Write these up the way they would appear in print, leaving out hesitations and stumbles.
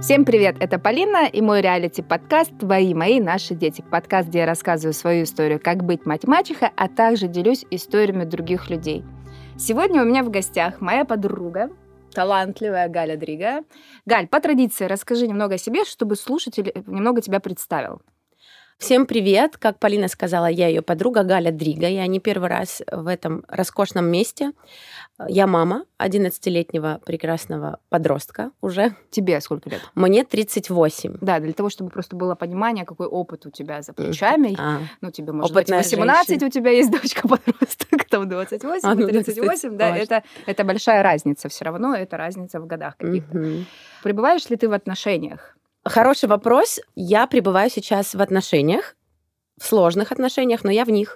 Всем привет, это Полина и мой реалити-подкаст «Твои, мои, наши дети». Подкаст, где я рассказываю свою историю, как быть мать-мачеха, а также делюсь историями других людей. Сегодня у меня в гостях моя подруга, талантливая Галя Дрига. Галь, по традиции расскажи немного о себе, чтобы слушатель немного тебя представил. Всем привет! Как Полина сказала, я ее подруга Галя Дрига. Я не первый раз в этом роскошном месте. Я мама 11-летнего прекрасного подростка уже. Тебе сколько лет? Мне 38. Да, для того, чтобы просто было понимание, какой опыт у тебя за плечами. Ну, тебе, может быть, Опытная 18, женщина. у тебя есть дочка-подросток, там 28, 38, да, это большая разница все равно, это разница в годах каких-то. Пребываешь ли ты в отношениях? Хороший вопрос. Я пребываю сейчас в отношениях, в сложных отношениях, но я в них.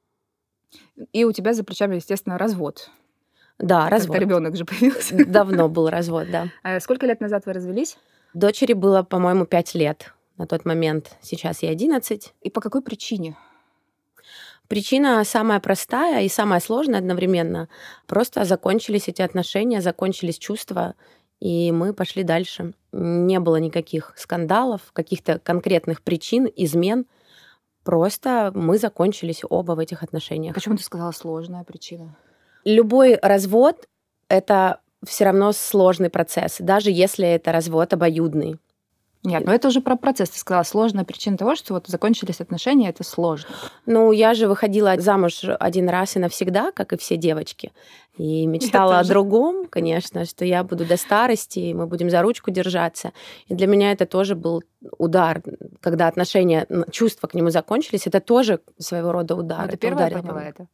И у тебя за плечами, естественно, развод. Да, развод. Ребенок же появился. Давно был развод, да. А сколько лет назад вы развелись? Дочери было, по-моему, 5 лет на тот момент. Сейчас ей 11. И по какой причине? Причина самая простая и самая сложная одновременно. Просто закончились эти отношения, закончились чувства, и мы пошли дальше. Не было никаких скандалов, каких-то конкретных причин, измен. Просто мы закончились оба в этих отношениях. Почему ты сказала сложная причина? Любой развод — это все равно сложный процесс, даже если это развод обоюдный. Нет, но это уже про процесс. Ты сказала, сложная причина того, что вот закончились отношения, это сложно. Ну, я же выходила замуж один раз и навсегда, как и все девочки. И мечтала о другом, конечно, что я буду до старости, и мы будем за ручку держаться. И для меня это тоже был удар. Когда отношения, чувства к нему закончились, это тоже своего рода удар. Но ты первая поняла это?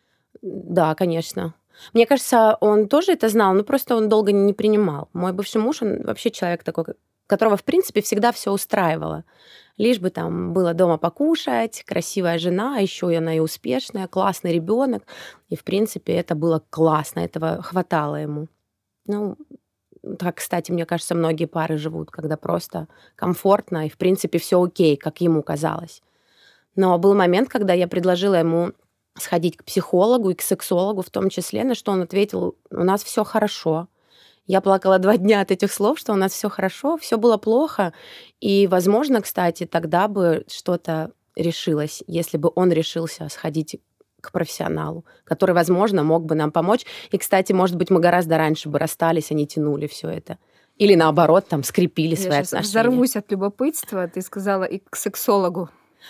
Да, конечно. Мне кажется, он тоже это знал, но просто он долго не принимал. Мой бывший муж, он вообще человек такой, которого, в принципе, всегда все устраивало. Лишь бы там было дома покушать, красивая жена, а еще и она и успешная, классный ребенок. И, в принципе, это было классно, этого хватало ему. Ну, так, кстати, мне кажется, многие пары живут, когда просто комфортно и, в принципе, все окей, как ему казалось. Но был момент, когда я предложила ему сходить к психологу и к сексологу в том числе, на что он ответил: у нас все хорошо. Я плакала 2 дня от этих слов, что у нас все хорошо, все было плохо. И, возможно, кстати, тогда бы что-то решилось, если бы он решился сходить к профессионалу, который, возможно, мог бы нам помочь. И, кстати, может быть, мы гораздо раньше бы расстались, а не тянули все это. Или наоборот, там скрепили свои отношения. Я сейчас взорвусь от любопытства. Ты сказала и к сексологу.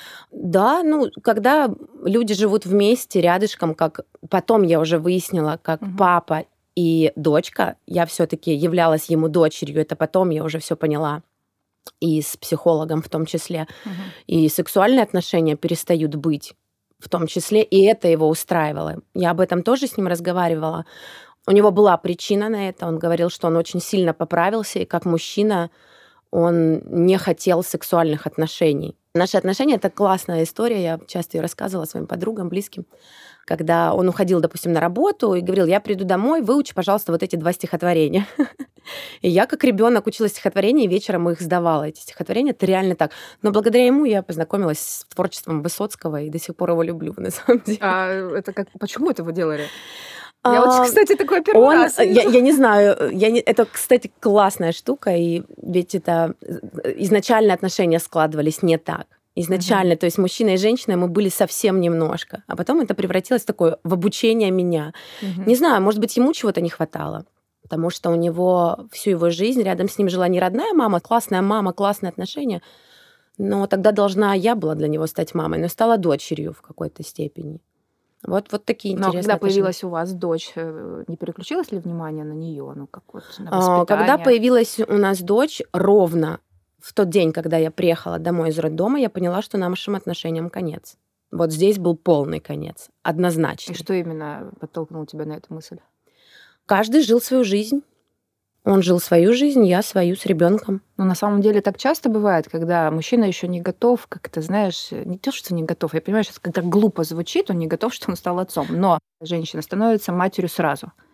Да, когда люди живут вместе, рядышком, как потом я уже выяснила, как папа и дочка, я все-таки являлась ему дочерью, это потом я уже все поняла, и с психологом в том числе, и сексуальные отношения перестают быть в том числе, и это его устраивало. Я об этом тоже с ним разговаривала. У него была причина на это, он говорил, что он очень сильно поправился, и как мужчина он не хотел сексуальных отношений. Наши отношения — это классная история, я часто ее рассказывала своим подругам, близким. Когда он уходил, допустим, на работу и говорил: я приду домой, выучи, пожалуйста, вот эти 2 стихотворения. И я, как ребенок, учила стихотворения, и вечером их сдавала, эти стихотворения. Это реально так. Но благодаря ему я познакомилась с творчеством Высоцкого и до сих пор его люблю, на самом деле. Почему это вы делали? Я вот, кстати, такое первый раз. Я не знаю. Это, кстати, классная штука, и ведь это изначально отношения складывались не так. Изначально, то есть мужчина и женщина, мы были совсем немножко. А потом это превратилось в обучение меня. Не знаю, может быть, ему чего-то не хватало. Потому что у него всю его жизнь рядом с ним жила не родная мама, классные отношения. Но тогда должна я была для него стать мамой, но стала дочерью в какой-то степени. Вот такие интересные Но когда отношения. появилась у вас дочь, не переключилось ли внимание на нее, на воспитание? Когда появилась у нас дочь, ровно в тот день, когда я приехала домой из роддома, я поняла, что нашим отношениям конец. Вот здесь был полный конец, однозначно. И что именно подтолкнуло тебя на эту мысль? Каждый жил свою жизнь. Он жил свою жизнь, я свою с ребенком. Но на самом деле так часто бывает, когда мужчина еще не готов, как ты знаешь, не то, что не готов, я понимаю, сейчас как-то глупо звучит, он не готов, что он стал отцом, но женщина становится матерью сразу.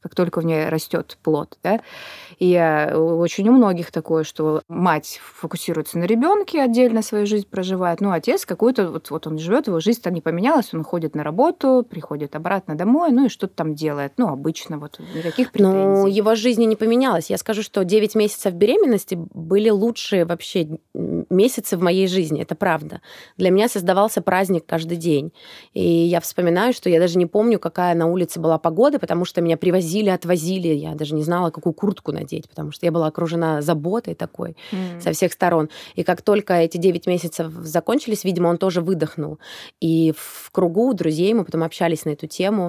как только в ней растет плод, да. И очень у многих такое, что мать фокусируется на ребенке, отдельно свою жизнь проживает, ну, отец какой-то, вот он живет, его жизнь-то не поменялась, он ходит на работу, приходит обратно домой, ну, и что-то там делает. Ну, обычно, вот никаких претензий. Ну, его жизнь не поменялась. Я скажу, что 9 месяцев беременности были лучшие вообще месяцы в моей жизни, это правда. Для меня создавался праздник каждый день. И я вспоминаю, что я даже не помню, какая на улице была погода, потому что меня привозили, отвозили. Я даже не знала, какую куртку надеть, потому что я была окружена заботой такой со всех сторон. И как только эти 9 месяцев закончились, видимо, он тоже выдохнул. И в кругу друзей мы потом общались на эту тему.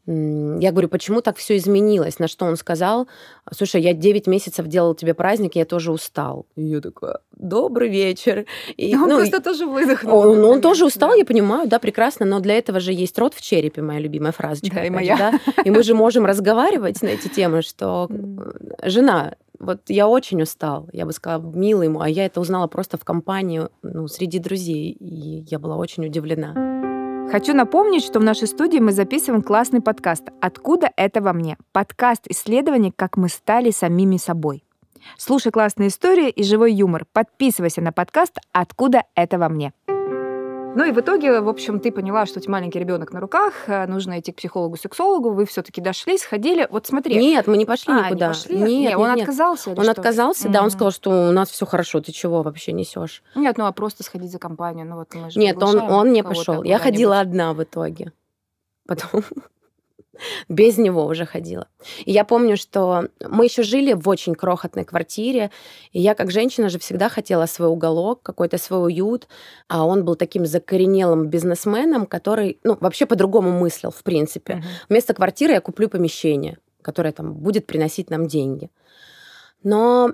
Я говорю, почему так все изменилось? На что он сказал, слушай, я 9 месяцев делал тебе праздник, я тоже устал. И я такая, добрый вечер. И, он просто тоже выдохнул. Он тоже устал, я понимаю, да, прекрасно, но для этого же есть рот в черепе, моя любимая фразочка. Да, и моя. Да? И мы же можем разговаривать на эти темы, что жена, вот я очень устал, я бы сказала, милый ему, а я это узнала просто в компании, среди друзей, и я была очень удивлена. Хочу напомнить, что в нашей студии мы записываем классный подкаст «Откуда это во мне?» Подкаст исследований, как мы стали самими собой. Слушай классные истории и живой юмор. Подписывайся на подкаст «Откуда это во мне?». Ну и в итоге, в общем, ты поняла, что у тебя маленький ребенок на руках, нужно идти к психологу-сексологу, вы все-таки дошли, сходили. Вот смотри. Нет, мы не пошли никуда. Не пошли? Нет, он отказался? Он отказался, да, он сказал, что у нас все хорошо, ты чего вообще несешь? Нет, а просто сходить за компанию. Ну вот мы же Нет, он не пошел. Я ходила одна в итоге. Потом без него уже ходила. И я помню, что мы еще жили в очень крохотной квартире, и я как женщина же всегда хотела свой уголок, какой-то свой уют, а он был таким закоренелым бизнесменом, который, вообще по-другому мыслил, в принципе. Вместо квартиры я куплю помещение, которое там будет приносить нам деньги. Но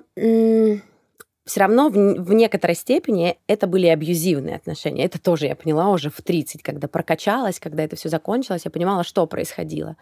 все равно в некоторой степени это были абьюзивные отношения. Это тоже я поняла уже в 30, когда прокачалась, когда это все закончилось, я понимала, что происходило.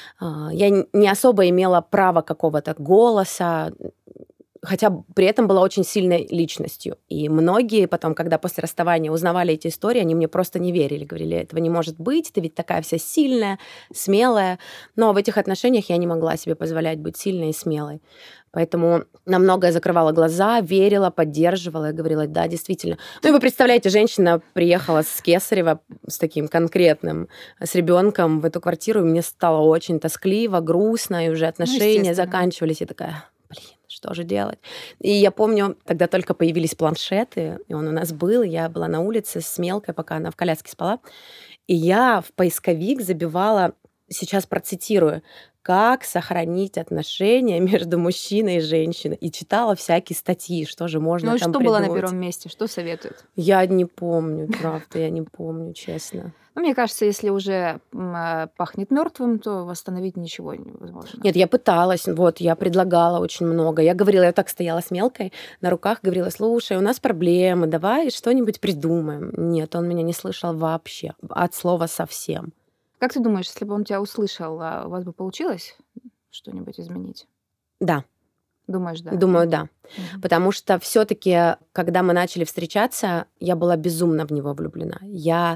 Я не особо имела права какого-то голоса, хотя при этом была очень сильной личностью. И многие потом, когда после расставания узнавали эти истории, они мне просто не верили. Говорили, этого не может быть, ты ведь такая вся сильная, смелая. Но в этих отношениях я не могла себе позволять быть сильной и смелой. Поэтому на многое закрывала глаза, верила, поддерживала и говорила, да, действительно. Ну и вы представляете, женщина приехала с Кесарева, с таким конкретным, с ребенком в эту квартиру, и мне стало очень тоскливо, грустно, и уже отношения заканчивались. И такая, что же делать? И я помню, тогда только появились планшеты, и он у нас был, и я была на улице с мелкой, пока она в коляске спала. И я в поисковик забивала, сейчас процитирую, как сохранить отношения между мужчиной и женщиной. И читала всякие статьи, что же можно там что придумать. было на первом месте? Что советуют? Я не помню, правда, я не помню, честно. Мне кажется, если уже пахнет мертвым, то восстановить ничего невозможно. Нет, я пыталась, я предлагала очень много. Я говорила, я так стояла с мелкой на руках, говорила, слушай, у нас проблемы, давай что-нибудь придумаем. Нет, он меня не слышал вообще, от слова совсем. Как ты думаешь, если бы он тебя услышал, у вас бы получилось что-нибудь изменить? Да. Думаешь, да? Думаю, да. Потому что все-таки, когда мы начали встречаться, я была безумно в него влюблена. Я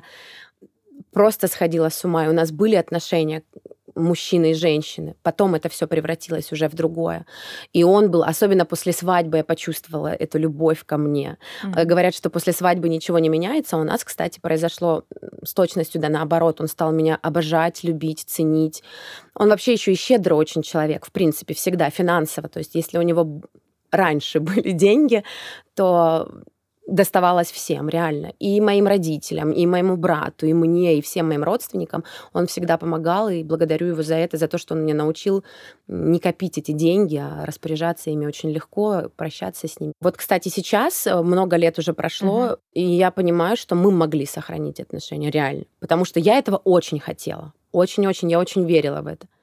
просто сходила с ума. И у нас были отношения мужчины и женщины. Потом это все превратилось уже в другое. И он был, особенно после свадьбы, я почувствовала эту любовь ко мне. Говорят, что после свадьбы ничего не меняется. У нас, кстати, произошло с точностью да наоборот. Он стал меня обожать, любить, ценить. Он вообще еще и щедрый очень человек, в принципе, всегда финансово. То есть если у него раньше были деньги, то доставалось всем, реально. И моим родителям, и моему брату, и мне, и всем моим родственникам. Он всегда помогал, и благодарю его за это, за то, что он меня научил не копить эти деньги, а распоряжаться ими очень легко, прощаться с ними. Вот, кстати, сейчас много лет уже прошло, и я понимаю, что мы могли сохранить отношения, реально. Потому что я этого очень хотела. Очень-очень, я очень верила в это.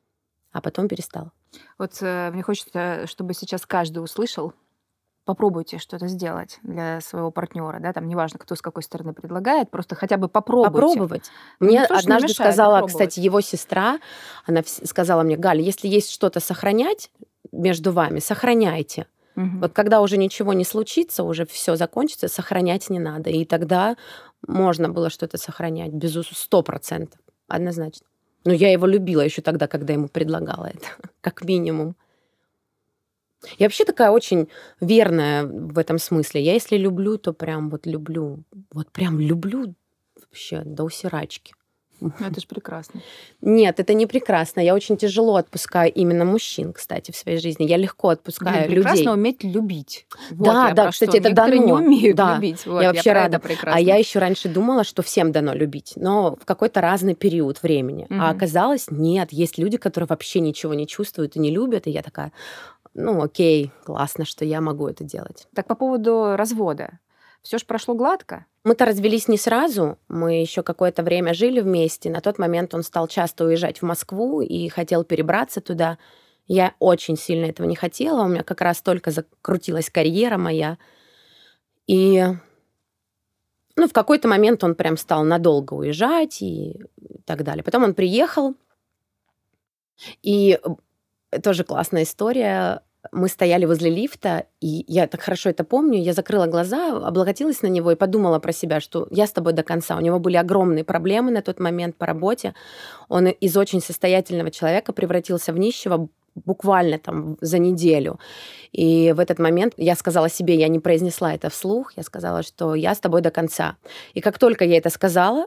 А потом перестала. Вот мне хочется, чтобы сейчас каждый услышал. Попробуйте что-то сделать для своего партнера, да, там неважно, кто с какой стороны предлагает, просто хотя бы попробуйте. Попробовать. Мне однажды сказала, кстати, его сестра, она сказала мне, Галя, если есть что-то сохранять между вами, сохраняйте. Вот когда уже ничего не случится, уже все закончится, сохранять не надо. И тогда можно было что-то сохранять, 100%, однозначно. Но я его любила еще тогда, когда ему предлагала это, как минимум. Я вообще такая очень верная в этом смысле. Я если люблю, то прям вот люблю. Вот прям люблю вообще до усирачки. Это же прекрасно. Нет, это не прекрасно. Я очень тяжело отпускаю именно мужчин, кстати, в своей жизни. Я легко отпускаю людей. Прекрасно уметь любить. Да, да, кстати, это дано. Некоторые не умеют Да. любить. Вот, Я вообще рада. прекрасно. А я еще раньше думала, что всем дано любить, но в какой-то разный период времени. А оказалось, нет, есть люди, которые вообще ничего не чувствуют и не любят, и я такая, ну окей, классно, что я могу это делать. Так по поводу развода. Все же прошло гладко? Мы-то развелись не сразу, мы еще какое-то время жили вместе. На тот момент он стал часто уезжать в Москву и хотел перебраться туда. Я очень сильно этого не хотела, у меня как раз только закрутилась карьера моя. И в какой-то момент он прям стал надолго уезжать и так далее. Потом он приехал, и тоже классная история. Мы стояли возле лифта, и я так хорошо это помню. Я закрыла глаза, облокотилась на него и подумала про себя, что я с тобой до конца. У него были огромные проблемы на тот момент по работе. Он из очень состоятельного человека превратился в нищего буквально там за неделю. И в этот момент я сказала себе, я не произнесла это вслух, я сказала, что я с тобой до конца. И как только я это сказала,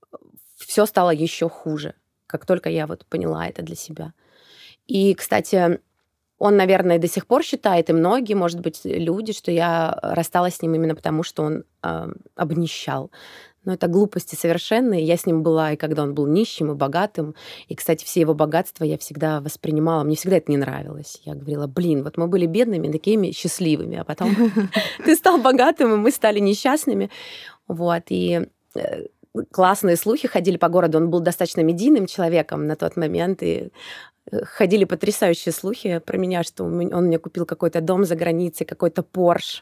все стало еще хуже. Как только я вот поняла это для себя. И, кстати, он, наверное, до сих пор считает, и многие, может быть, люди, что я рассталась с ним именно потому, что он обнищал. Но это глупости совершенные. Я с ним была, и когда он был нищим и богатым. И, кстати, все его богатства я всегда воспринимала. Мне всегда это не нравилось. Я говорила, вот мы были бедными, такими счастливыми, а потом ты стал богатым, и мы стали несчастными. Вот, и классные слухи ходили по городу. Он был достаточно медийным человеком на тот момент, и ходили потрясающие слухи про меня, что он мне купил какой-то дом за границей, какой-то Порш.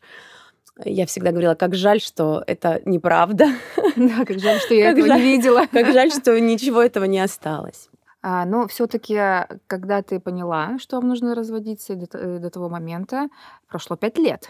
Я всегда говорила, как жаль, что это неправда. Да, как жаль, что я этого не видела. Как жаль, что ничего этого не осталось. Но все-таки, когда ты поняла, что вам нужно разводиться, до того момента прошло 5 лет.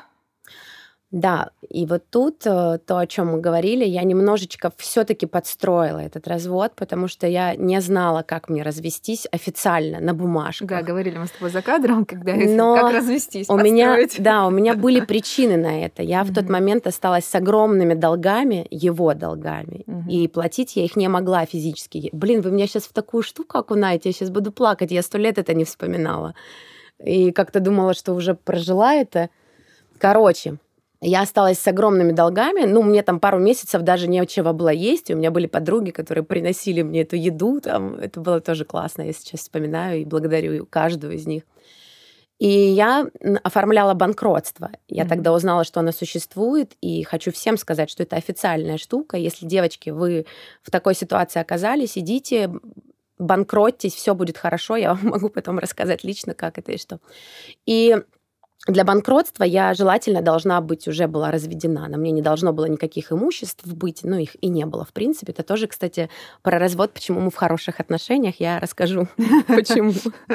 Да, и вот тут то, о чем мы говорили, я немножечко все-таки подстроила этот развод, потому что я не знала, как мне развестись официально на бумажках. Да, говорили мы с тобой за кадром, как развестись, у меня были причины на это. Я в тот момент осталась с огромными долгами, его долгами, и платить я их не могла физически. Вы меня сейчас в такую штуку окунаете, я сейчас буду плакать, я 100 лет это не вспоминала. И как-то думала, что уже прожила это. Короче, я осталась с огромными долгами. Мне там пару месяцев даже нечего было есть. И у меня были подруги, которые приносили мне эту еду. Это было тоже классно. Я сейчас вспоминаю и благодарю каждую из них. И я оформляла банкротство. Я тогда узнала, что оно существует. И хочу всем сказать, что это официальная штука. Если, девочки, вы в такой ситуации оказались, идите, банкротьтесь, все будет хорошо. Я вам могу потом рассказать лично, как это и что. И для банкротства я желательно должна быть, уже была разведена. На мне не должно было никаких имуществ быть, их и не было, в принципе. Это тоже, кстати, про развод, почему мы в хороших отношениях, я расскажу, почему.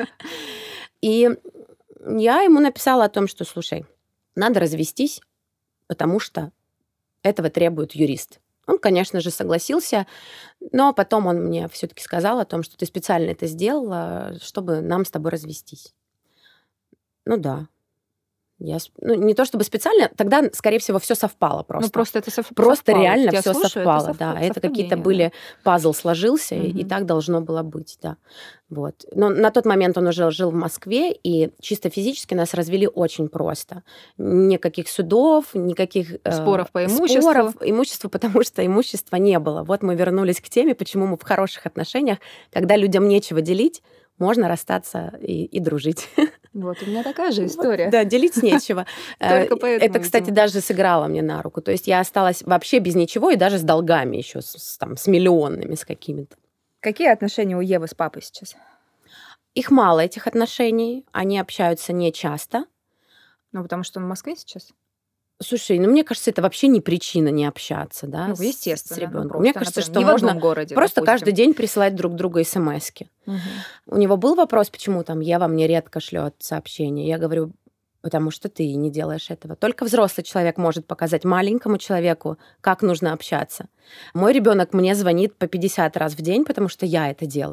И я ему написала о том, что, слушай, надо развестись, потому что этого требует юрист. Он, конечно же, согласился, но потом он мне все-таки сказал о том, что ты специально это сделала, чтобы нам с тобой развестись. Да. Не то чтобы специально, тогда, скорее всего, все совпало просто. Просто это совпало. Просто реально все совпало, да. Это какие-то были, пазл сложился, и так должно было быть, да. Вот. Но на тот момент он уже жил в Москве, и чисто физически нас развели очень просто. Никаких судов, никаких споров по имуществу. Имущества, потому что имущества не было. Вот мы вернулись к теме, почему мы в хороших отношениях, когда людям нечего делить, можно расстаться и дружить. Вот, у меня такая же история. Да, делить нечего. Только поэтому, это, кстати, даже сыграло мне на руку. То есть я осталась вообще без ничего и даже с долгами еще, с миллионными, с какими-то. Какие отношения у Евы с папой сейчас? Их мало, этих отношений. Они общаются не часто. Потому что он в Москве сейчас? Слушай, мне кажется, это вообще не причина не общаться, да, естественно, с ребенком. Мне кажется, что можно городе, просто каждый день присылать друг другу смски. У него был вопрос, почему Ева мне редко шлет сообщения. Я говорю, потому что ты не делаешь этого. Только взрослый человек может показать маленькому человеку, как нужно общаться. Мой ребенок мне звонит по 50 раз в день, потому что я это делаю.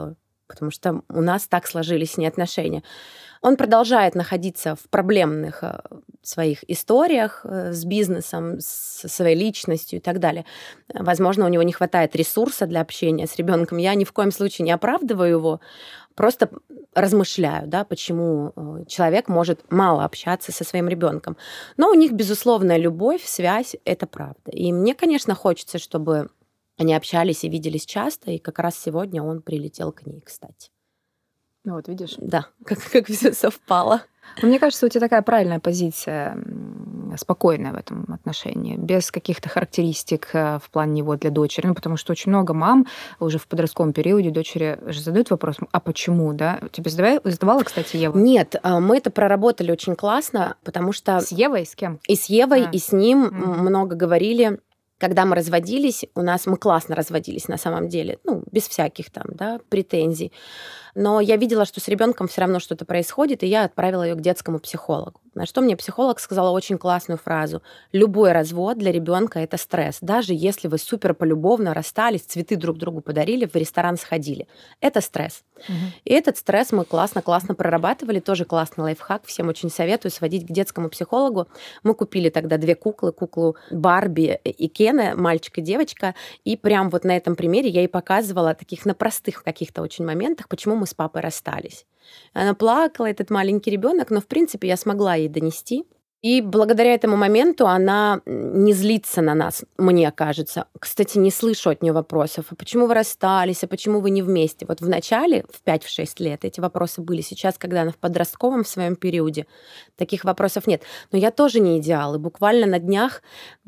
потому что у нас так сложились с ней отношения. Он продолжает находиться в проблемных своих историях с бизнесом, со своей личностью и так далее. Возможно, у него не хватает ресурса для общения с ребенком. Я ни в коем случае не оправдываю его, просто размышляю, да, почему человек может мало общаться со своим ребенком. Но у них, безусловная любовь, связь, это правда. И мне, конечно, хочется, чтобы они общались и виделись часто, и как раз сегодня он прилетел к ней, кстати. Ну вот, видишь? Да, как все совпало. Но мне кажется, у тебя такая правильная позиция, спокойная в этом отношении, без каких-то характеристик в плане него для дочери. Ну, потому что очень много мам уже в подростковом периоде дочери же задают вопрос, а почему, да? Тебе задавала, кстати, Ева? Нет, мы это проработали очень классно, потому что... С Евой? С кем? И с Евой, и с ним много говорили. Когда мы разводились, мы классно разводились на самом деле, без всяких там, да, претензий. Но я видела, что с ребенком все равно что-то происходит, и я отправила ее к детскому психологу. На что мне психолог сказала очень классную фразу: любой развод для ребенка это стресс, даже если вы супер полюбовно расстались, цветы друг другу подарили, в ресторан сходили. Это стресс. И этот стресс мы классно прорабатывали, тоже классный лайфхак, всем очень советую сходить к детскому психологу. Мы купили тогда 2 куклу Барби и Кена, мальчик и девочка, и прям вот на этом примере я ей показывала таких на простых каких-то очень моментах, почему мы с папой расстались. Она плакала, этот маленький ребенок, но в принципе я смогла ей донести. И благодаря этому моменту она не злится на нас, мне кажется. Кстати, не слышу от нее вопросов: а почему вы расстались, а почему вы не вместе? Вот в начале, в 5-6 лет, эти вопросы были. Сейчас, когда она в подростковом в своем периоде, таких вопросов нет. Но я тоже не идеал. И буквально на днях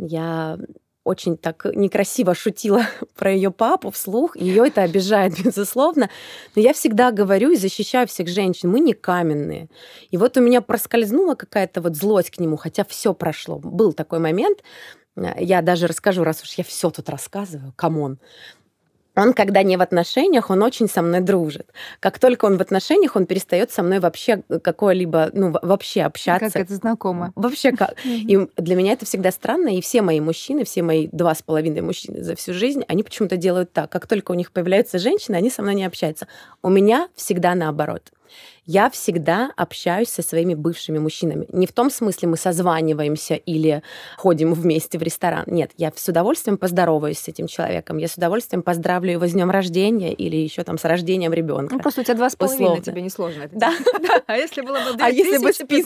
я очень так некрасиво шутила про ее папу вслух. Ее это обижает, безусловно. Но я всегда говорю и защищаю всех женщин: мы не каменные. И вот у меня проскользнула какая-то вот злость к нему, хотя все прошло. Был такой момент. Я даже расскажу, раз уж я все тут рассказываю, камон. Он, когда не в отношениях, он очень со мной дружит. Как только он в отношениях, он перестает со мной вообще какое-либо, вообще общаться. Как это знакомо. Вообще как. И для меня это всегда странно. И все мои мужчины, все мои 2,5 мужчины за всю жизнь, они почему-то делают так. Как только у них появляются женщины, они со мной не общаются. У меня всегда наоборот. Я всегда общаюсь со своими бывшими мужчинами. Не в том смысле мы созваниваемся или ходим вместе в ресторан. Нет, я с удовольствием поздороваюсь с этим человеком. Я с удовольствием поздравлю его с днем рождения или еще там с рождением ребенка. Ну, просто у тебя 2,5, тебе несложно это да. делать. А если было бы 2500? А если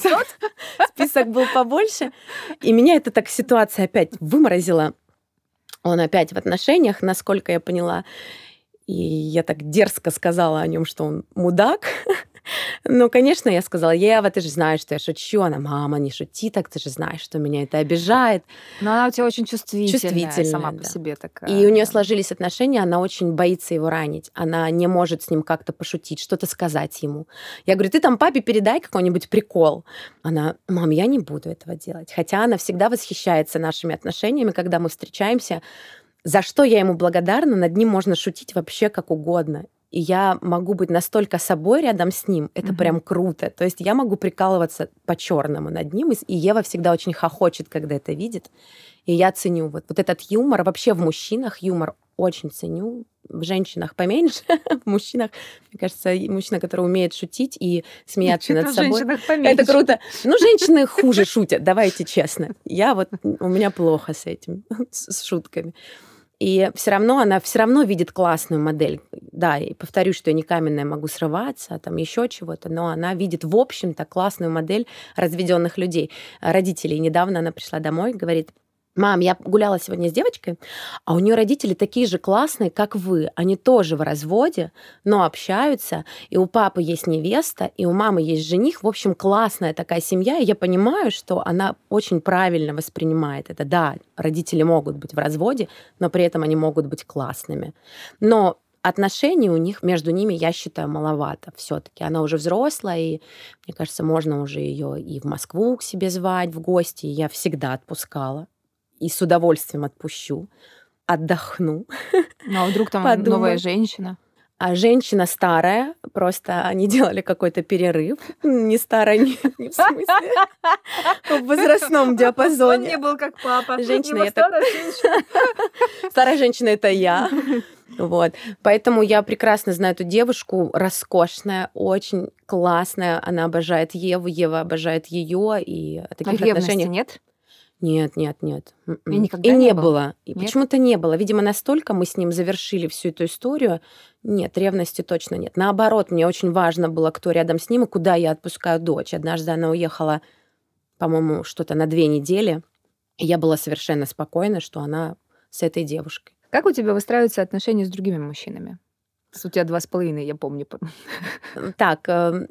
бы список был побольше? И меня эта так ситуация опять выморозила. Он опять в отношениях, насколько я поняла. И я так дерзко сказала о нем, что он мудак. Ну, конечно, я сказала: Ева, ты же знаешь, что я шучу. Она: мама, не шути так, ты же знаешь, что меня это обижает. Но она у тебя очень чувствительная сама по да. себе такая. И у нее сложились отношения, она очень боится его ранить. Она не может с ним как-то пошутить, что-то сказать ему. Я говорю: ты там папе передай какой-нибудь прикол. Она: мам, я не буду этого делать. Хотя она всегда восхищается нашими отношениями, когда мы встречаемся. За что я ему благодарна, над ним можно шутить вообще как угодно. И я могу быть настолько собой рядом с ним, это прям круто. То есть я могу прикалываться по-черному над ним, и Ева всегда очень хохочет, когда это видит. И я ценю вот этот юмор. Вообще в мужчинах юмор очень ценю. В женщинах поменьше, в мужчинах, мне кажется, мужчина, который умеет шутить и смеяться над собой. Это круто. Ну, женщины хуже шутят, давайте честно. У меня плохо с этим, с шутками. И она все равно видит классную модель. Да, и повторюсь, что я не каменная, могу срываться, там еще чего-то, но она видит, в общем-то, классную модель разведенных людей. Родителей. Недавно она пришла домой и говорит: мам, я гуляла сегодня с девочкой, а у нее родители такие же классные, как вы. Они тоже в разводе, но общаются, и у папы есть невеста, и у мамы есть жених. В общем, классная такая семья, и я понимаю, что она очень правильно воспринимает это. Да, родители могут быть в разводе, но при этом они могут быть классными. Но отношений у них, между ними, я считаю, маловато все-таки. Она уже взрослая, и, мне кажется, можно уже ее и в Москву к себе звать в гости. Я всегда отпускала. И с удовольствием отпущу, отдохну. Ну, а вдруг там подумаю. новая женщина? А женщина старая, просто они делали какой-то перерыв. Не старая, не в смысле, в возрастном Он диапазоне. не был как папа. Женщина, Его я так... старая женщина. Старая женщина — это я. Вот. Поэтому я прекрасно знаю эту девушку, роскошная, очень классная. Она обожает Еву, Ева обожает ее. И о А таких ревности отношениях... нет? Нет. И никогда И не не было? было. И Нет? почему-то не было. Видимо, настолько мы с ним завершили всю эту историю. Нет, ревности точно нет. Наоборот, мне очень важно было, кто рядом с ним и куда я отпускаю дочь. Однажды она уехала, по-моему, что-то на 2 недели. И я была совершенно спокойна, что она с этой девушкой. Как у тебя выстраиваются отношения с другими мужчинами? У тебя 2,5, я помню. Так,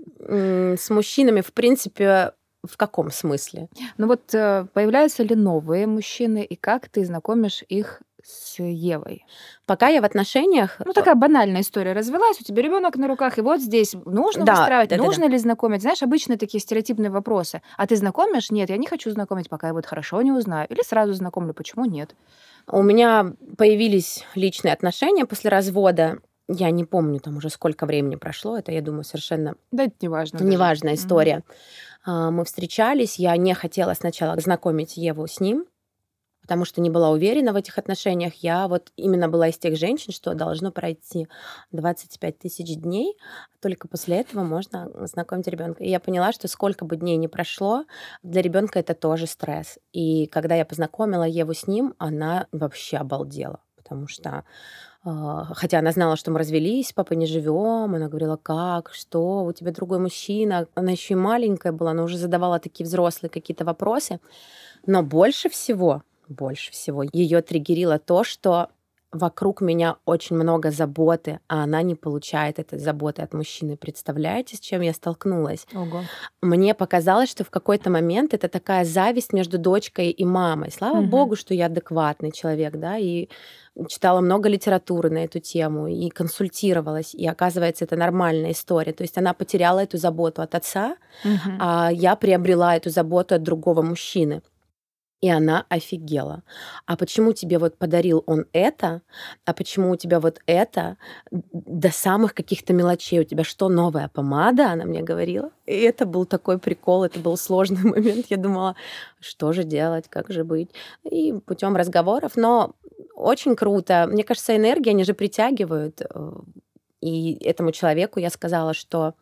с мужчинами, в принципе, в каком смысле? Ну вот появляются ли новые мужчины, и как ты знакомишь их с Евой? Пока я в отношениях... Ну, такая банальная история развелась, у тебя ребенок на руках, и вот здесь нужно Да, выстраивать, да. нужно ли знакомить? Знаешь, обычно такие стереотипные вопросы. А ты знакомишь? Нет, я не хочу знакомить, пока я вот хорошо не узнаю. Или сразу знакомлю, почему нет? У меня появились личные отношения после развода. Я не помню, там уже сколько времени прошло. Это, я думаю, совершенно Да, это неважно. даже. неважная история. Мы встречались. Я не хотела сначала знакомить Еву с ним, потому что не была уверена в этих отношениях. Я вот именно была из тех женщин, что должно пройти 25 тысяч дней, только после этого можно знакомить ребенка. И я поняла, что сколько бы дней ни прошло, для ребенка это тоже стресс. И когда я познакомила Еву с ним, она вообще обалдела, потому что хотя она знала, что мы развелись, с папой не живем, она говорила, как, что, у тебя другой мужчина. Она еще и маленькая была, она уже задавала такие взрослые какие-то вопросы. Но больше всего ее триггерило то, что вокруг меня очень много заботы, а она не получает этой заботы от мужчины. Представляете, с чем я столкнулась? Ого. Мне показалось, что в какой-то момент это такая зависть между дочкой и мамой. Слава богу, что я адекватный человек, да, и читала много литературы на эту тему, и консультировалась, и оказывается, это нормальная история. То есть она потеряла эту заботу от отца, а я приобрела эту заботу от другого мужчины. И она офигела. А почему тебе вот подарил он это? А почему у тебя вот это? До самых каких-то мелочей. У тебя что, новая помада? Она мне говорила. И это был такой прикол, это был сложный момент. Я думала, что же делать, как же быть? И путем разговоров. Но очень круто. Мне кажется, энергии, они же притягивают. И этому человеку я сказала, что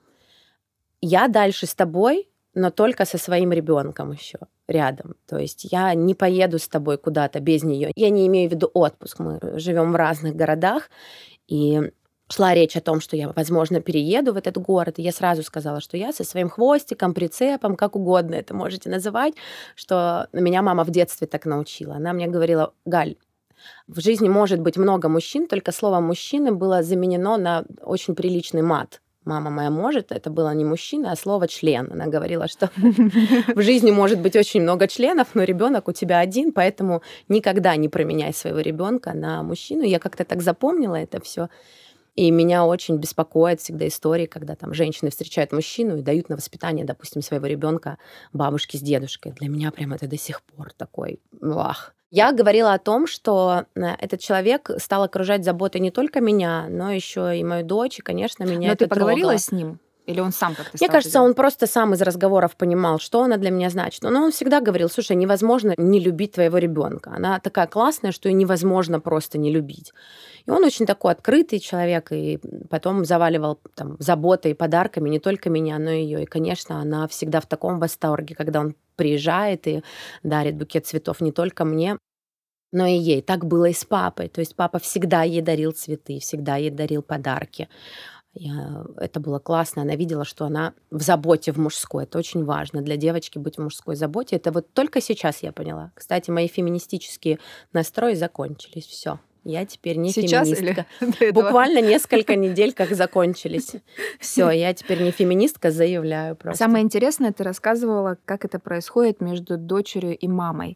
я дальше с тобой, но только со своим ребенком еще рядом. То есть я не поеду с тобой куда-то без нее. Я не имею в виду отпуск. Мы живем в разных городах. И шла речь о том, что я, возможно, перееду в этот город. И я сразу сказала, что я со своим хвостиком, прицепом, как угодно это можете называть, что меня мама в детстве так научила. Она мне говорила, Галь, в жизни может быть много мужчин, только слово «мужчины» было заменено на очень приличный мат. Мама моя может, это было не мужчина, а слово «член». Она говорила, что в жизни может быть очень много членов, но ребенок у тебя один, поэтому никогда не променяй своего ребенка на мужчину. Я как-то так запомнила это все. И меня очень беспокоят всегда истории, когда там женщины встречают мужчину и дают на воспитание, допустим, своего ребенка бабушке с дедушкой. Для меня прям это до сих пор такой вах. Я говорила о том, что этот человек стал окружать заботой не только меня, но еще и мою дочь, и, конечно, меня Но это ты поговорила трогало. с ним? Или он сам как-то Мне стал кажется, тебе? он просто сам из разговоров понимал, что она для меня значит. Но он всегда говорил, слушай, невозможно не любить твоего ребенка. Она такая классная, что ее невозможно просто не любить. И он очень такой открытый человек, и потом заваливал там заботой и подарками не только меня, но и ее. И, конечно, она всегда в таком восторге, когда он приезжает и дарит букет цветов не только мне, но и ей. Так было и с папой. То есть папа всегда ей дарил цветы, всегда ей дарил подарки. Это было классно. Она видела, что она в заботе, в мужской. Это очень важно для девочки быть в мужской заботе. Это вот только сейчас я поняла. Кстати, мои феминистические настрои закончились. Все. Я теперь не Сейчас феминистка. или до этого? Буквально несколько недель как закончились. Все, я теперь не феминистка, заявляю просто. Самое интересное, ты рассказывала, как это происходит между дочерью и мамой.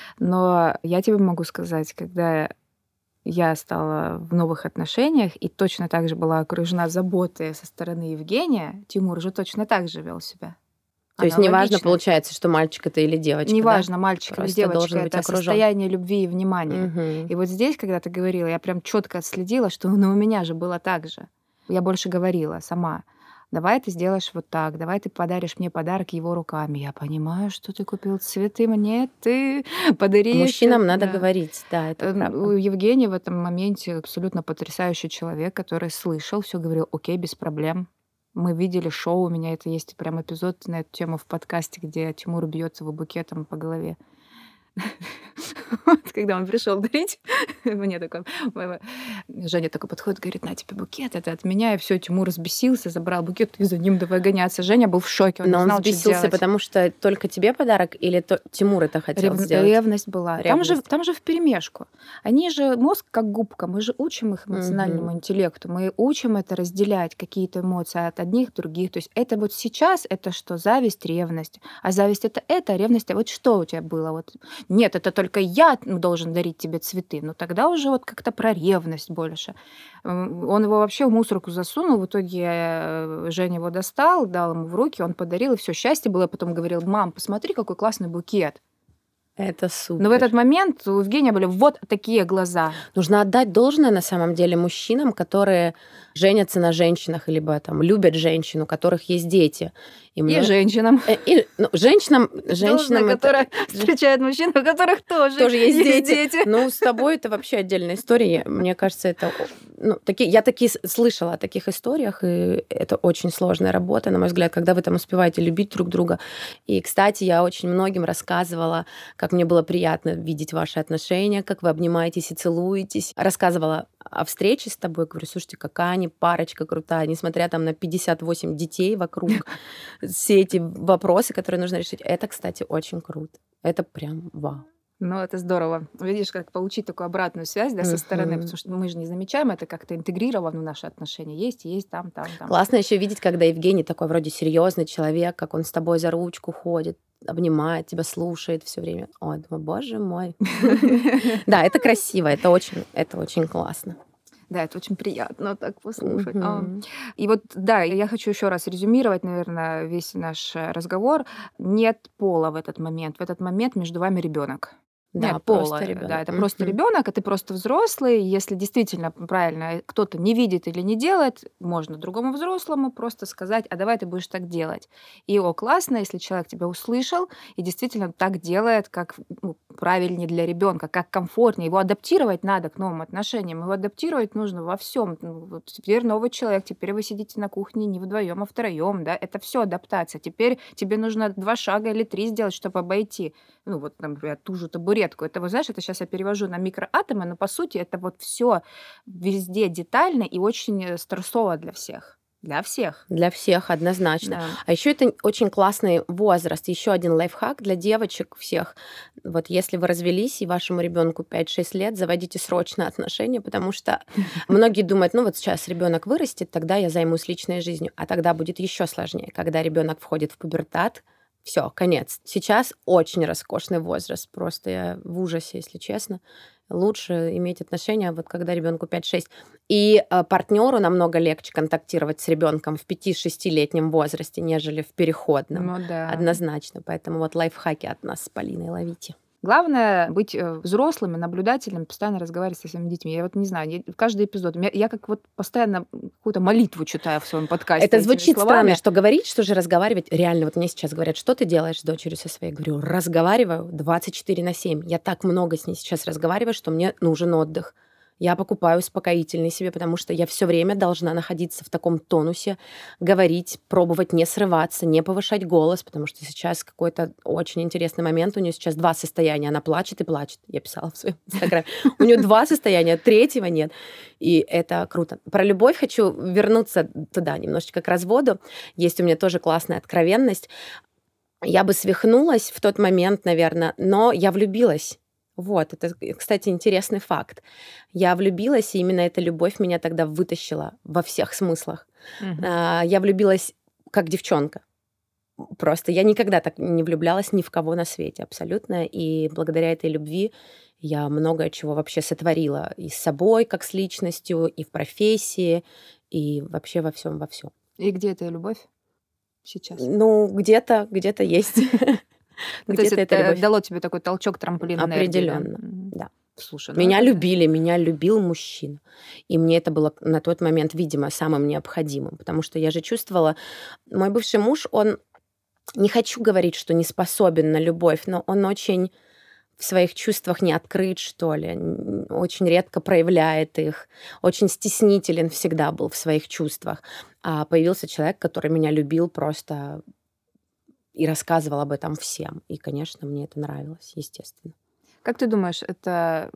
Но я тебе могу сказать, когда я стала в новых отношениях и точно так же была окружена заботой со стороны Евгения, Тимур же точно так же вел себя. То есть неважно, Аналогично. получается, что мальчик это или девочка, да? Неважно, мальчик или Просто девочка, должен быть это окружен. состояние любви и внимания. Мгм. И вот здесь, когда ты говорила, я прям четко отследила, что ну, у меня же было так же. Я больше говорила сама. Давай ты сделаешь вот так, давай ты подаришь мне подарок его руками. Я понимаю, что ты купил цветы мне, ты подари еще. Мужчинам надо Да. говорить, да, это У правда. Евгения в этом моменте абсолютно потрясающий человек, который слышал, все говорил, окей, без проблем. Мы видели шоу, у меня это есть прям эпизод на эту тему в подкасте, где Тимур бьется его букетом по голове. Вот, когда он пришел дарить, мне такой, Женя такой подходит, говорит, на тебе букет, это от меня, и все, Тимур разбесился, забрал букет, и за ним давай гоняться. Женя был в шоке, он Но не он знал, что взбесился, делать. потому что только тебе подарок, или Тимур это хотел сделать? Ревность была. Ревность. Там же вперемешку. Они же, мозг как губка, мы же учим их эмоциональному интеллекту, мы учим это разделять, какие-то эмоции от одних, других. То есть это вот сейчас, это что? Зависть, ревность. А зависть это, а ревность, а вот что у тебя было? Вот. Нет, это только я должен дарить тебе цветы. Но тогда уже вот как-то про ревность больше. Он его вообще в мусорку засунул, в итоге Женя его достал, дал ему в руки, он подарил, и все счастье было. Потом говорил, мам, посмотри, какой классный букет. Это супер. Но в этот момент у Евгения были вот такие глаза. Нужно отдать должное на самом деле мужчинам, которые женятся на женщинах, либо там любят женщин, у которых есть дети. И женщинам. Женщинам которые встречают мужчин, у которых тоже есть дети. Ну, с тобой это вообще отдельная история. Мне кажется, это... я такие слышала о таких историях, и это очень сложная работа, на мой взгляд, когда вы там успеваете любить друг друга. И, кстати, я очень многим рассказывала, как мне было приятно видеть ваши отношения, как вы обнимаетесь и целуетесь. Рассказывала о встрече с тобой, говорю, слушайте, какая они парочка крутая, несмотря там на 58 детей вокруг, все эти вопросы, которые нужно решить. Это, кстати, очень круто. Это прям вау. Ну, это здорово. Видишь, как получить такую обратную связь, да, со стороны, потому что мы же не замечаем, это как-то интегрировано в наши отношения. Есть, там. Классно еще видеть, когда Евгений такой вроде серьезный человек, как он с тобой за ручку ходит, обнимает тебя, слушает все время. Ой, думаю, боже мой. Да, это красиво, это очень классно. Да, это очень приятно так послушать. И вот, да, я хочу еще раз резюмировать, наверное, весь наш разговор. Нет пола в этот момент. В этот момент между вами ребенок. Да, Нет просто пола. ребенок. Да, это просто ребенок, а ты просто взрослый. Если действительно правильно кто-то не видит или не делает, можно другому взрослому просто сказать, а давай ты будешь так делать. И классно, если человек тебя услышал и действительно так делает, как правильнее для ребенка, как комфортнее. Его адаптировать надо к новым отношениям. Его адаптировать нужно во всем. Вот теперь новый человек, теперь вы сидите на кухне не вдвоем, а втроем, да, это все адаптация. Теперь тебе нужно 2 шага или 3 сделать, чтобы обойти. Вот, например, ту же табуретку. Это, вы знаешь, это сейчас я перевожу на микроатомы, но по сути это вот все везде детально и очень стрессово для всех. Для всех. Для всех, однозначно. Да. А еще это очень классный возраст. Еще один лайфхак для девочек всех. Вот если вы развелись, и вашему ребенку 5-6 лет, заводите срочно отношения, потому что многие думают, вот сейчас ребенок вырастет, тогда я займусь личной жизнью. А тогда будет еще сложнее, когда ребенок входит в пубертат. Все, конец. Сейчас очень роскошный возраст. Просто я в ужасе, если честно. Лучше иметь отношения, вот когда ребенку 5-6. И партнеру намного легче контактировать с ребенком в 5-6-летнем возрасте, нежели в переходном. Ну да. Однозначно. Поэтому вот лайфхаки от нас с Полиной ловите. Главное быть взрослыми, наблюдателями, постоянно разговаривать со своими детьми. Я вот не знаю, каждый эпизод, я как вот постоянно какую-то молитву читаю в своем подкасте. Это звучит странно, что говорить, что же разговаривать. Реально, вот мне сейчас говорят, что ты делаешь с дочерью со своей? Говорю, разговариваю 24/7. Я так много с ней сейчас разговариваю, что мне нужен отдых. Я покупаю успокоительный себе, потому что я все время должна находиться в таком тонусе, говорить, пробовать не срываться, не повышать голос, потому что сейчас какой-то очень интересный момент. У нее сейчас 2 состояния. Она плачет и плачет. Я писала в своем инстаграме. У нее 2 состояния, 3-го нет. И это круто. Про любовь хочу вернуться туда немножечко к разводу. Есть у меня тоже классная откровенность. Я бы свихнулась в тот момент, наверное, но я влюбилась. Вот, это, кстати, интересный факт. Я влюбилась, и именно эта любовь меня тогда вытащила во всех смыслах. Я влюбилась как девчонка. Просто я никогда так не влюблялась ни в кого на свете абсолютно. И благодаря этой любви я многое чего вообще сотворила и с собой, как с личностью, и в профессии, и вообще во всем. И где эта любовь сейчас? Где-то есть. То есть это дало тебе такой толчок, трамплин энергии. Определенно, да. Слушай, Меня любили, меня любил мужчина. И мне это было на тот момент, видимо, самым необходимым, потому что я же чувствовала... Мой бывший муж, он, не хочу говорить, что не способен на любовь, но он очень в своих чувствах не открыт, что ли, очень редко проявляет их, очень стеснителен всегда был в своих чувствах. А появился человек, который меня любил просто и рассказывал об этом всем. И, конечно, мне это нравилось, естественно. Как ты думаешь, это...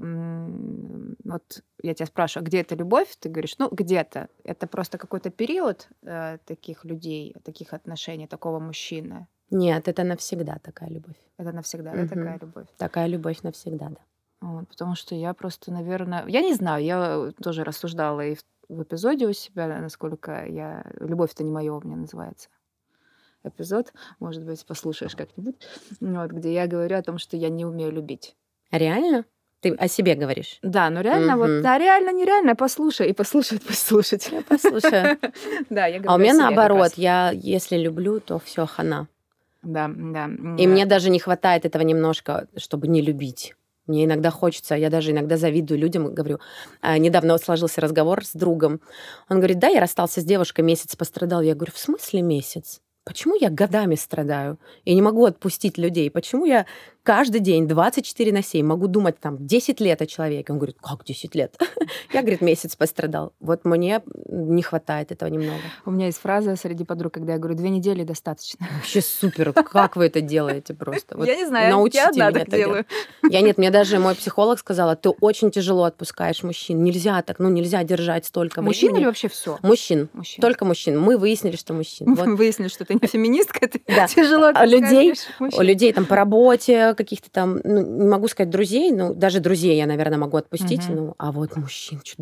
Вот я тебя спрашиваю, где эта любовь? Ты говоришь, где-то. Это просто какой-то период таких людей, таких отношений, такого мужчины? Нет, это навсегда такая любовь. Это навсегда, да, такая любовь? Такая любовь навсегда, да. Вот, потому что я просто, наверное... Я не знаю, я тоже рассуждала и в эпизоде у себя, насколько я... «Любовь-то не моё» у меня называется эпизод. Может быть, послушаешь как-нибудь. Вот, где я говорю о том, что я не умею любить. Реально? Ты о себе говоришь? Да, но реально, вот, да, реально, нереально, послушай. И послушать. Я послушаю. Да, я говорю А у меня о себе как наоборот, раз. я если люблю, то все хана. Да. И мне даже не хватает этого немножко, чтобы не любить. Мне иногда хочется, я даже иногда завидую людям, говорю, недавно вот сложился разговор с другом. Он говорит, да, я расстался с девушкой, месяц пострадал. Я говорю, в смысле месяц? Почему я годами страдаю и не могу отпустить людей? Почему я каждый день 24/7 могу думать там 10 лет о человеке? Он говорит, как 10 лет? Я, говорит, месяц пострадал. Вот мне не хватает этого немного. У меня есть фраза среди подруг, когда я говорю, 2 недели достаточно. Вообще супер. Как вы это делаете просто? Вот Я не знаю, научите я одна меня так делаю. Нет, мне даже мой психолог сказала, ты очень тяжело отпускаешь мужчин. Нельзя так, нельзя держать столько Мужчин времени. или вообще все? Мужчин. Только мужчин. Мы выяснили, что мужчин. Вот. Выяснили, что ты не феминистка, ты Да. тяжело А людей, отпускаешь мужчин. у людей там по работе, каких-то там, не могу сказать друзей, даже друзей я, наверное, могу отпустить. А вот мужчин что-то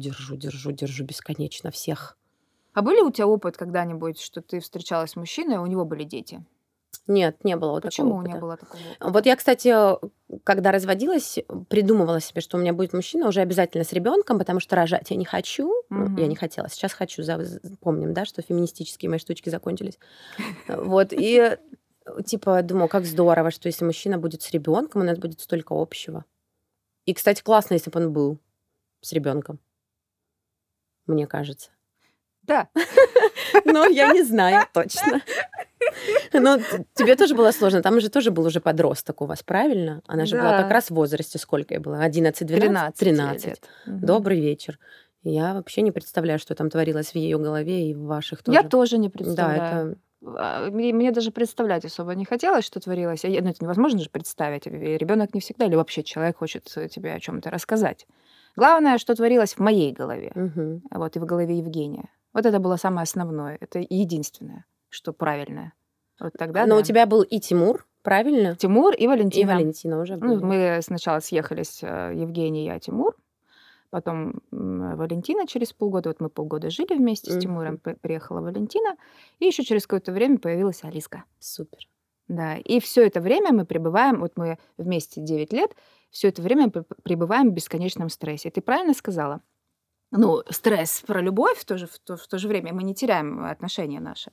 держу бесконечно всех. А были у тебя опыт когда-нибудь, что ты встречалась с мужчиной, а у него были дети? Нет, не было вот Почему такого не опыта. было такого опыта? Вот я, кстати, когда разводилась, придумывала себе, что у меня будет мужчина уже обязательно с ребенком, потому что рожать я не хочу. Я не хотела, сейчас хочу. Помним, да, что феминистические мои штучки закончились. Вот, и типа думаю, как здорово, что если мужчина будет с ребенком, у нас будет столько общего. И, кстати, классно, если бы он был с ребенком. Мне кажется. Да. Но я не знаю точно. Но тебе тоже было сложно. Там же тоже был уже подросток у вас, правильно? Она же была как раз в возрасте, сколько ей было? 11-12? 13 лет. Добрый вечер. Я вообще не представляю, что там творилось в ее голове и в ваших тоже. Я тоже не Да, представляю. Мне даже представлять особо не хотелось, что творилось. Это невозможно же представить. Ребенок не всегда, или вообще человек хочет тебе о чем-то рассказать. Главное, что творилось в моей голове. Вот, и в голове Евгения. Вот это было самое основное. Это единственное, что правильное. Вот тогда, Но да. у тебя был и Тимур, правильно? Тимур и Валентина. И Валентина уже были. Мы сначала съехались, Евгений, я, Тимур. Потом Валентина через полгода. Вот мы полгода жили вместе с Тимуром. Приехала Валентина. И еще через какое-то время появилась Алиска. Супер. Да. И все это время мы пребываем, вот мы вместе 9 лет, все это время мы пребываем в бесконечном стрессе. Ты правильно сказала? Стресс про любовь в то же время мы не теряем отношения наши.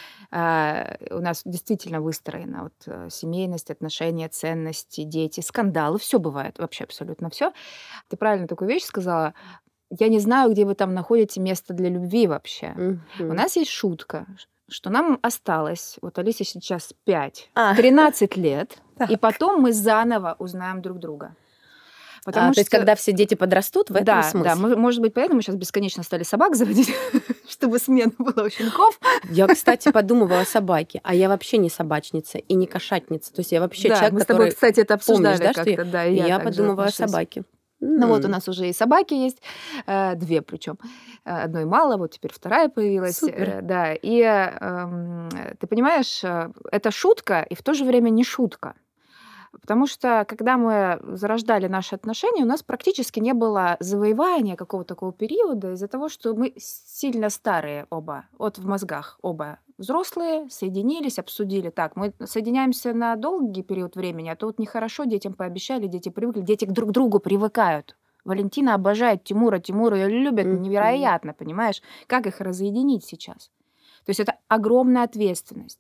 У нас действительно выстроена семейность, отношения, ценности, дети, скандалы, все бывает, вообще абсолютно все. Ты правильно такую вещь сказала. Я не знаю, где вы там находите место для любви вообще. У нас есть шутка, что нам осталось, вот Алисе сейчас 13 лет, и потом мы заново узнаем друг друга. То есть, когда все дети подрастут, в этом смысле? Да, может быть, поэтому мы сейчас бесконечно стали собак заводить, чтобы смена была у щенков. Я, кстати, подумывала о собаке, а я вообще не собачница и не кошатница. То есть я вообще человек, мы с тобой, кстати, это обсуждали как-то, да, и я подумывала о собаке. Вот у нас уже и собаки есть, 2 причем. Одной мало, вот теперь 2 появилась. Супер. Да, и ты понимаешь, это шутка и в то же время не шутка. Потому что, когда мы зарождали наши отношения, у нас практически не было завоевания какого-то такого периода из-за того, что мы сильно старые оба, вот в мозгах оба взрослые, соединились, обсудили. Так, мы соединяемся на долгий период времени, а то вот нехорошо, детям пообещали, дети привыкли, дети друг к другу привыкают. Валентина обожает Тимура ее любят невероятно, понимаешь? Как их разъединить сейчас? То есть это огромная ответственность.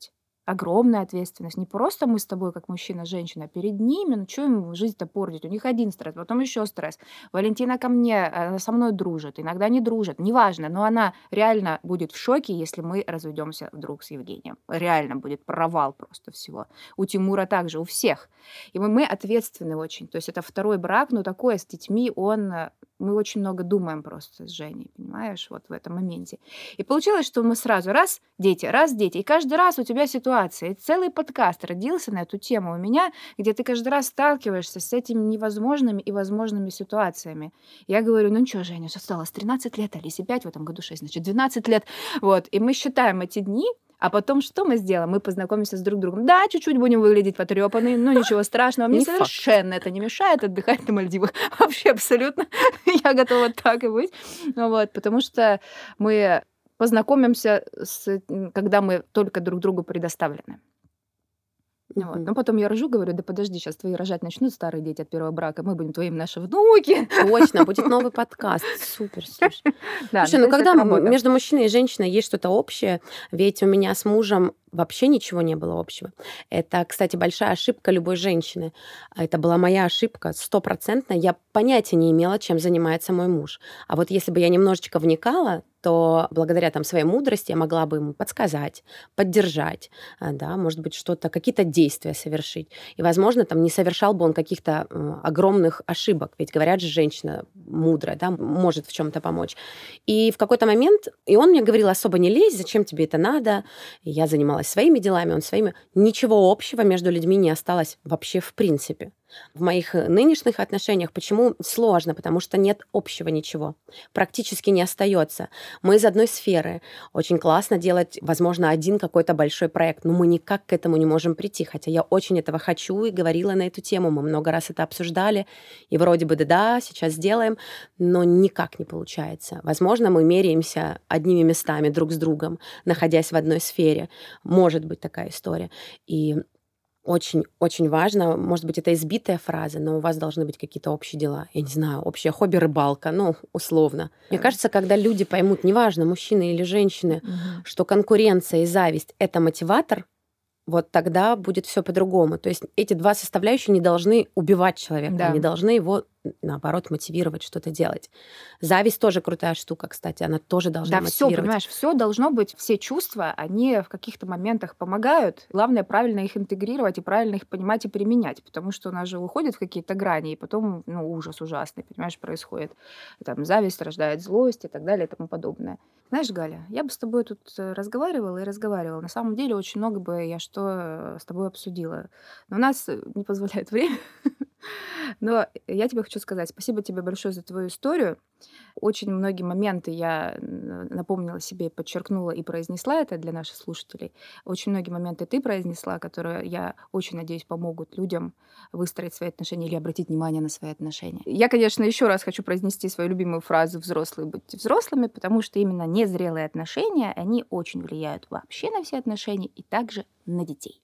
огромная ответственность. Не просто мы с тобой, как мужчина, женщина, а перед ними, ну что им жизнь-то портить? У них один стресс, потом еще стресс. Валентина ко мне, она со мной дружит, иногда не дружит, неважно, но она реально будет в шоке, если мы разведемся вдруг с Евгением. Реально будет провал просто всего. У Тимура также, у всех. И мы ответственны очень. То есть это второй брак, но такое с детьми, мы очень много думаем просто с Женей, понимаешь, вот в этом моменте. И получилось, что мы сразу раз, дети, и каждый раз у тебя ситуация. И целый подкаст родился на эту тему у меня, где ты каждый раз сталкиваешься с этими невозможными и возможными ситуациями. Я говорю, ну что, Женя, что осталось 13 лет, Алисе 5, в этом году 6, значит, 12 лет. Вот, и мы считаем эти дни, а потом что мы сделаем? Мы познакомимся с друг другом. Да, чуть-чуть будем выглядеть потрепанные, но ничего страшного. Мне совершенно это не мешает отдыхать на Мальдивах. Вообще абсолютно. Я готова так и быть. Вот, потому что мы познакомимся, когда мы только друг другу предоставлены. Вот. Но потом я рожу, говорю, да подожди, сейчас твои рожать начнут старые дети от первого брака, мы будем твоим наши внуки. Точно, будет новый подкаст. Супер, слушай. Да, Слушай, ну когда между мужчиной и женщиной есть что-то общее, ведь у меня с мужем вообще ничего не было общего. Это, кстати, большая ошибка любой женщины. Это была моя ошибка, 100%. Я понятия не имела, чем занимается мой муж. А вот если бы я немножечко вникала, то благодаря там своей мудрости я могла бы ему подсказать, поддержать, да, может быть, что-то, какие-то действия совершить. И, возможно, там не совершал бы он каких-то огромных ошибок. Ведь говорят же, женщина мудрая, да, может в чем-то помочь. И в какой-то момент, и он мне говорил, особо не лезь, зачем тебе это надо. И я занималась своими делами, он своими. Ничего общего между людьми не осталось вообще в принципе. В моих нынешних отношениях почему сложно? Потому что нет общего ничего. Практически не остается. Мы из одной сферы. Очень классно делать, возможно, один какой-то большой проект, но мы никак к этому не можем прийти. Хотя я очень этого хочу и говорила на эту тему. Мы много раз это обсуждали. И вроде бы да, сейчас сделаем, но никак не получается. Возможно, мы меряемся одними местами друг с другом, находясь в одной сфере. Может быть такая история. И очень важно, может быть, это избитая фраза, но у вас должны быть какие-то общие дела. Я не знаю, общее хобби рыбалка, ну, условно. Мне кажется, когда люди поймут, неважно, мужчины или женщины, что конкуренция и зависть — это мотиватор, вот тогда будет все по-другому. То есть эти два составляющие не должны убивать человека, Да. они должны его, наоборот, мотивировать что-то делать. Зависть тоже крутая штука, кстати, она тоже должна Да, все, мотивировать. понимаешь, все должно быть, все чувства, они в каких-то моментах помогают. Главное правильно их интегрировать и правильно их понимать и применять, потому что у нас же выходит в какие-то грани, и потом, ну, ужас ужасный, понимаешь, происходит. Там зависть рождает злость и так далее и тому подобное. Знаешь, Галя, я бы с тобой тут разговаривала и разговаривала. На самом деле очень много бы я что с тобой обсудила. Но у нас не позволяет время. Но я тебе хочу сказать, спасибо тебе большое за твою историю. Очень многие моменты я напомнила себе, подчеркнула и произнесла это для наших слушателей. Очень многие моменты ты произнесла, которые, я очень надеюсь, помогут людям выстроить свои отношения или обратить внимание на свои отношения. Я, конечно, еще раз хочу произнести свою любимую фразу «взрослые, будьте взрослыми», потому что именно незрелые отношения, они очень влияют вообще на все отношения и также на детей.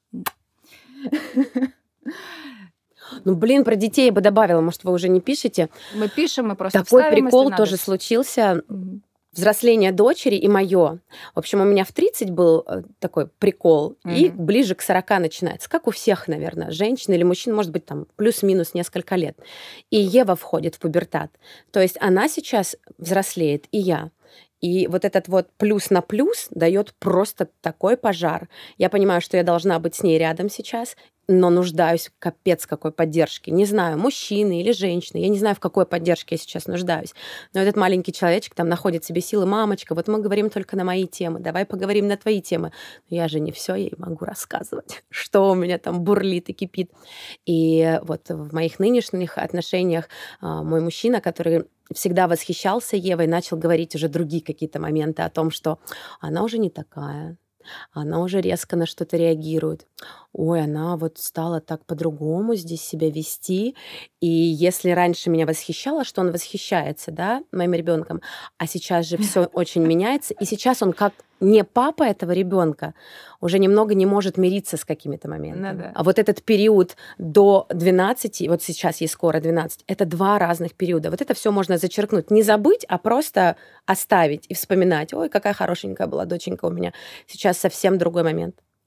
Ну, блин, про детей я бы добавила, может, вы уже не пишете. Мы пишем, мы просто Такой вставим, прикол если тоже надо. случился. Взросление дочери и мое. В общем, у меня в 30 был такой прикол, и ближе к 40 начинается. Как у всех, наверное, женщин или мужчин, может быть, там плюс-минус несколько лет. И Ева входит в пубертат. То есть она сейчас взрослеет, и я. И вот этот вот плюс на плюс дает просто такой пожар. Я понимаю, что я должна быть с ней рядом сейчас, но нуждаюсь в капец какой поддержке. Не знаю, мужчины или женщины, я не знаю, в какой поддержке я сейчас нуждаюсь. Но этот маленький человечек там находит в себе силы. Мамочка, вот мы говорим только на мои темы, давай поговорим на твои темы. Но я же не все ей могу рассказывать, что у меня там бурлит и кипит. И вот в моих нынешних отношениях мой мужчина, который всегда восхищался Евой, начал говорить уже другие какие-то моменты о том, что она уже не такая, она уже резко на что-то реагирует. Ой, она вот стала так по-другому здесь себя вести. И если раньше меня восхищало, что он восхищается, да, моим ребенком, а сейчас же все очень меняется, и сейчас он как не папа этого ребенка уже немного не может мириться с какими-то моментами. Ну да. А вот этот период до 12, вот сейчас ей скоро 12, это два разных периода. Вот это все можно зачеркнуть. Не забыть, а просто оставить и вспоминать. Ой, какая хорошенькая была доченька у меня. Сейчас совсем другой момент.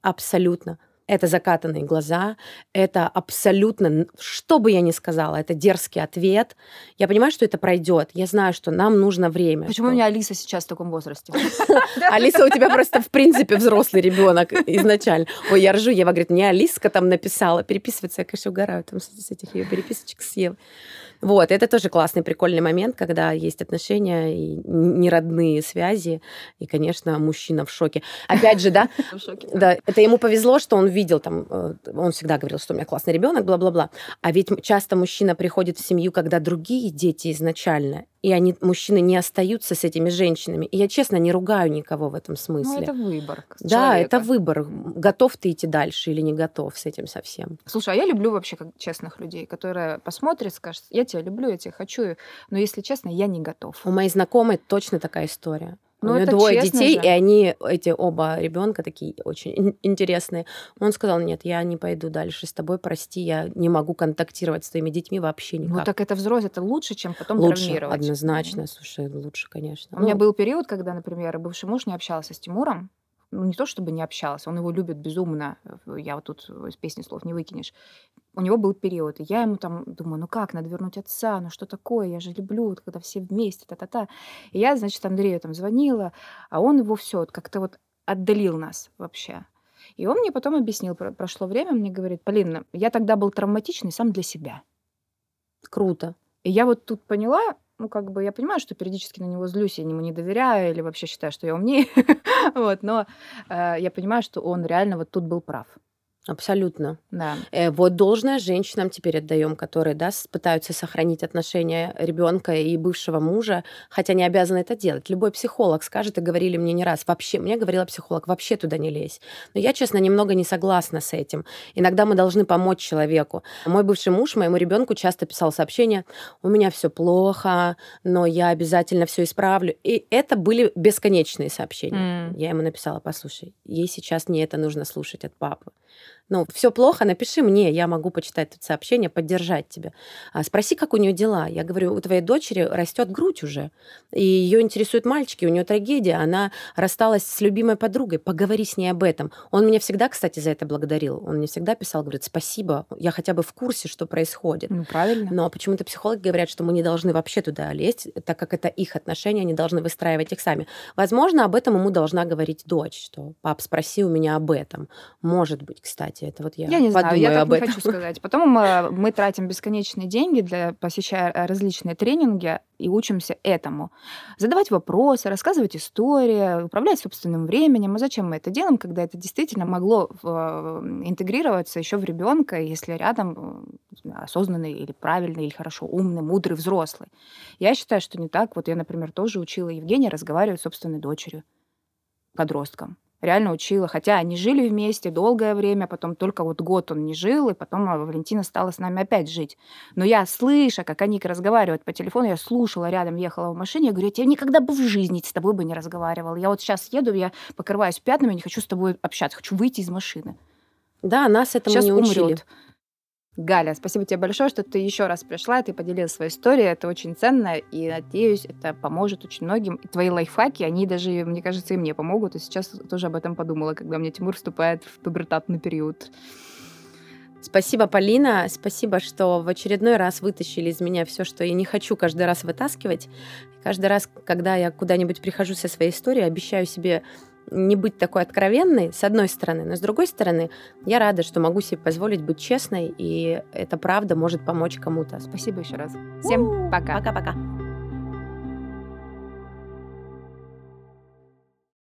Абсолютно. Это закатанные глаза, это абсолютно, что бы я ни сказала, это дерзкий ответ. Я понимаю, что это пройдет. Я знаю, что нам нужно время. Почему у меня Алиса сейчас в таком возрасте? Алиса у тебя просто, в принципе, взрослый ребенок изначально. Ой, я ржу, Ева говорит, мне Алиска там написала. Переписываться, я, конечно, угораю там с этих ее переписочек с Евой. Вот, это тоже классный, прикольный момент, когда есть отношения и неродные связи, и, конечно, мужчина в шоке. Опять же, да, да, это ему повезло, что он видел там, он всегда говорил, что у меня классный ребенок, бла-бла-бла. А ведь часто мужчина приходит в семью, когда другие дети изначально, и мужчины не остаются с этими женщинами. И я, честно, не ругаю никого в этом смысле. Ну, это выбор Да, человека. это выбор. Готов ты идти дальше или не готов с этим совсем. Слушай, а я люблю вообще как честных людей, которые посмотрят, скажут, я тебя люблю, я тебя хочу, но, если честно, я не готов. У моей знакомой точно такая история. Ну, у нее это 2 честно детей, же. и они, эти оба ребенка такие очень интересные. Он сказал, нет, я не пойду дальше с тобой, прости, я не могу контактировать с твоими детьми вообще никак. Ну, так это взрослый, это лучше, чем потом Лучше, травмировать. однозначно, слушай, лучше, конечно. У меня был период, когда, например, бывший муж не общался с Тимуром. Ну, не то чтобы не общался, он его любит безумно. Я вот тут из песни слов не выкинешь. У него был период, и я ему там думаю, ну как, надо вернуть отца, ну что такое, я же люблю, вот когда все вместе, та-та-та. И я, значит, Андрею там звонила, а он его все вот как-то вот отдалил нас вообще. И он мне потом объяснил, прошло время, мне говорит, Полина, я тогда был травматичный сам для себя. Круто. И я вот тут поняла, ну, как бы я понимаю, что периодически на него злюсь, я ему не доверяю или вообще считаю, что я умнее, вот, но я понимаю, что он реально вот тут был прав. Абсолютно. Да. Вот должное женщинам теперь отдаем, которые, да, пытаются сохранить отношения ребенка и бывшего мужа, хотя не обязаны это делать. Любой психолог скажет, и говорили мне не раз, вообще, мне говорила психолог, вообще туда не лезь. Но я, честно, немного не согласна с этим. Иногда мы должны помочь человеку. Мой бывший муж моему ребенку часто писал сообщения, у меня все плохо, но я обязательно все исправлю. И это были бесконечные сообщения. Я ему написала, послушай, ей сейчас не это нужно слушать от папы. Ну, все плохо, напиши мне, я могу почитать тут сообщение, поддержать тебя. Спроси, как у нее дела. Я говорю, у твоей дочери растет грудь уже, и ее интересуют мальчики, у нее трагедия, она рассталась с любимой подругой, поговори с ней об этом. Он меня всегда, кстати, за это благодарил. Он мне всегда писал, говорит, спасибо, я хотя бы в курсе, что происходит. Ну, правильно. Но почему-то психологи говорят, что мы не должны вообще туда лезть, так как это их отношения, они должны выстраивать их сами. Возможно, об этом ему должна говорить дочь, что пап, спроси у меня об этом. Может быть, кстати. Это вот я не знаю, я так об не этом. хочу сказать. Потом мы тратим бесконечные деньги, посещая различные тренинги, и учимся этому. Задавать вопросы, рассказывать истории, управлять собственным временем. А зачем мы это делаем, когда это действительно могло интегрироваться еще в ребенка, если рядом осознанный или правильный, или хорошо умный, мудрый взрослый? Я считаю, что не так. Вот я, например, тоже учила Евгения разговаривать с собственной дочерью, подростком. Реально учила. Хотя они жили вместе долгое время, потом только вот год он не жил, и потом Валентина стала с нами опять жить. Но я, слыша, как они разговаривают по телефону, я слушала рядом, ехала в машине, я говорю, я никогда бы в жизни с тобой бы не разговаривала. Я вот сейчас еду, я покрываюсь пятнами, не хочу с тобой общаться, хочу выйти из машины. Да, нас этому сейчас не учили. Умрет. Галя, спасибо тебе большое, что ты еще раз пришла, ты поделилась своей историей. Это очень ценно, и, надеюсь, это поможет очень многим. И твои лайфхаки, они даже, мне кажется, и мне помогут. И сейчас тоже об этом подумала, когда у меня Тимур вступает в пубертатный период. Спасибо, Полина. Спасибо, что в очередной раз вытащили из меня все, что я не хочу каждый раз вытаскивать. Каждый раз, когда я куда-нибудь прихожу со своей историей, обещаю себе не быть такой откровенной, с одной стороны, но с другой стороны, я рада, что могу себе позволить быть честной, и эта правда может помочь кому-то. Спасибо еще раз. Всем пока. Пока-пока.